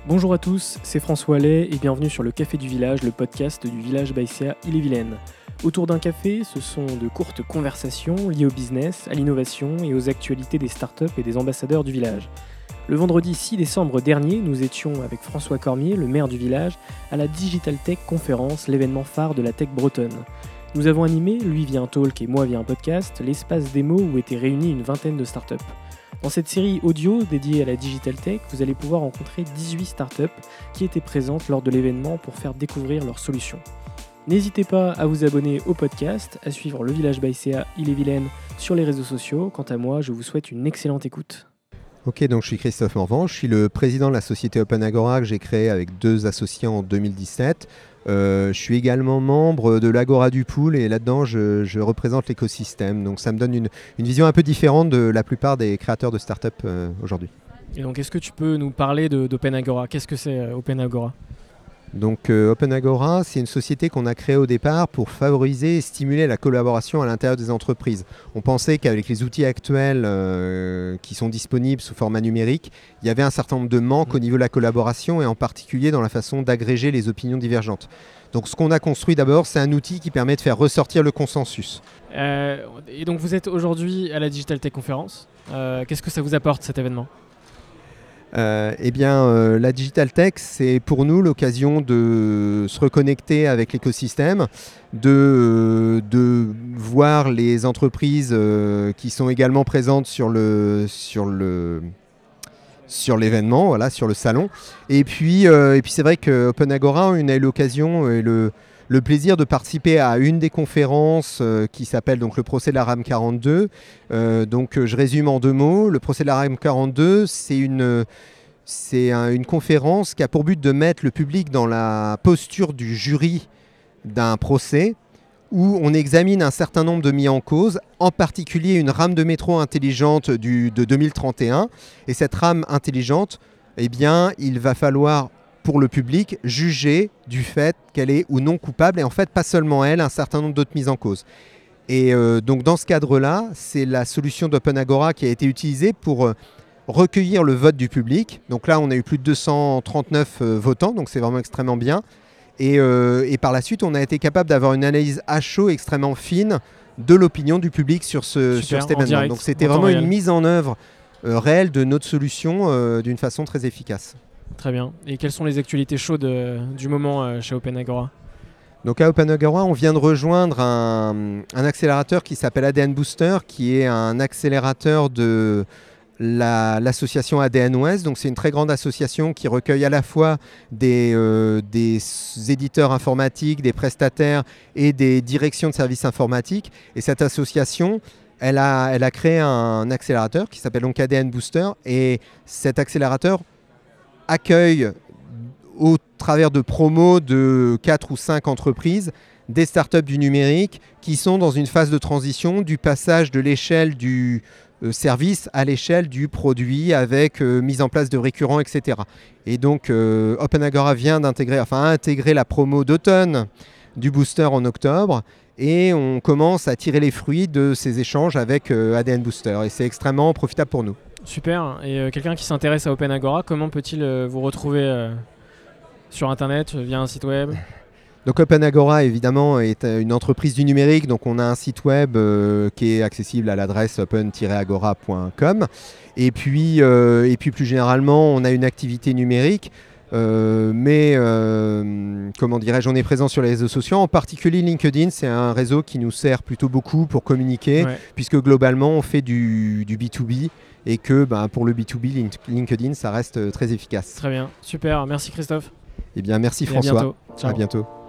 Bonjour à tous, c'est François Allais et bienvenue sur le Café du Village, le podcast du Village Baïséa Ille-et-Vilaine. Autour d'un café, ce sont de courtes conversations liées au business, à l'innovation et aux actualités des startups et des ambassadeurs du village. Le vendredi 6 décembre dernier, nous étions avec François Cormier, le maire du village, à la Digital Tech Conférence, l'événement phare de la tech bretonne. Nous avons animé, lui via un talk et moi via un podcast, l'espace démo où étaient réunies une vingtaine de startups. Dans cette série audio dédiée à la Digital Tech, vous allez pouvoir rencontrer 18 startups qui étaient présentes lors de l'événement pour faire découvrir leurs solutions. N'hésitez pas à vous abonner au podcast, à suivre le Village Baïséa Ille-et-Vilaine sur les réseaux sociaux. Quant à moi, je vous souhaite une excellente écoute. Ok, donc je suis Christophe Morvan, je suis le président de la société Open Agora que j'ai créée avec 2 associés en 2017. Je suis également membre de l'Agora du Pool et là-dedans je représente l'écosystème. Donc ça me donne une vision un peu différente de la plupart des créateurs de startups aujourd'hui. Et donc est-ce que tu peux nous parler d'Open Agora ? Qu'est-ce que c'est Open Agora ? Donc Open Agora, c'est une société qu'on a créée au départ pour favoriser et stimuler la collaboration à l'intérieur des entreprises. On pensait qu'avec les outils actuels qui sont disponibles sous format numérique, il y avait un certain nombre de manques au niveau de la collaboration et en particulier dans la façon d'agréger les opinions divergentes. Donc ce qu'on a construit d'abord, c'est un outil qui permet de faire ressortir le consensus. Et donc vous êtes aujourd'hui à la Digital Tech Conférence. Qu'est-ce que ça vous apporte cet événement ? La Digital Tech, c'est pour nous l'occasion de se reconnecter avec l'écosystème, de voir les entreprises qui sont également présentes sur l'événement, voilà, sur le salon. Et puis c'est vrai que Open Agora, on a eu l'occasion et le plaisir de participer à une des conférences qui s'appelle donc le procès de la RAM 42. Je résume en 2 mots. Le procès de la RAM 42, c'est une conférence qui a pour but de mettre le public dans la posture du jury d'un procès où on examine un certain nombre de mis en cause, en particulier une rame de métro intelligente de 2031. Et cette rame intelligente, il va falloir pour le public juger du fait qu'elle est ou non coupable, et en fait pas seulement elle, un certain nombre d'autres mises en cause. Et donc dans ce cadre-là, c'est la solution d'Open Agora qui a été utilisée pour recueillir le vote du public. Donc là, on a eu plus de 239 votants, donc c'est vraiment extrêmement bien. Et par la suite, on a été capable d'avoir une analyse à chaud extrêmement fine de l'opinion du public sur cet événement. Direct, donc c'était vraiment une mise en œuvre réelle de notre solution d'une façon très efficace. Très bien. Et quelles sont les actualités chaudes du moment chez Open Agora ? Donc à Open Agora, on vient de rejoindre un accélérateur qui s'appelle ADN Booster, qui est un accélérateur de l'association ADN Ouest. Donc c'est une très grande association qui recueille à la fois des éditeurs informatiques, des prestataires et des directions de services informatiques. Et cette association, elle a créé un accélérateur qui s'appelle donc ADN Booster. Et cet accélérateur accueille au travers de promos de 4 ou 5 entreprises des startups du numérique qui sont dans une phase de transition du passage de l'échelle du service à l'échelle du produit avec mise en place de récurrents, etc. Et donc Open Agora a intégré la promo d'automne du booster en octobre et on commence à tirer les fruits de ces échanges avec ADN Booster et c'est extrêmement profitable pour nous. Super. Et quelqu'un qui s'intéresse à Open Agora, comment peut-il vous retrouver sur Internet, via un site web ? Donc Open Agora, évidemment, est une entreprise du numérique. Donc on a un site web qui est accessible à l'adresse open-agora.com. Et puis plus généralement, on a une activité numérique. On est présent sur les réseaux sociaux, en particulier LinkedIn. C'est un réseau qui nous sert plutôt beaucoup pour communiquer, puisque globalement, on fait du B2B. Et que pour le B2B, LinkedIn, ça reste très efficace. Très bien, super. Merci Christophe. Merci François. À bientôt. Ciao. À bientôt.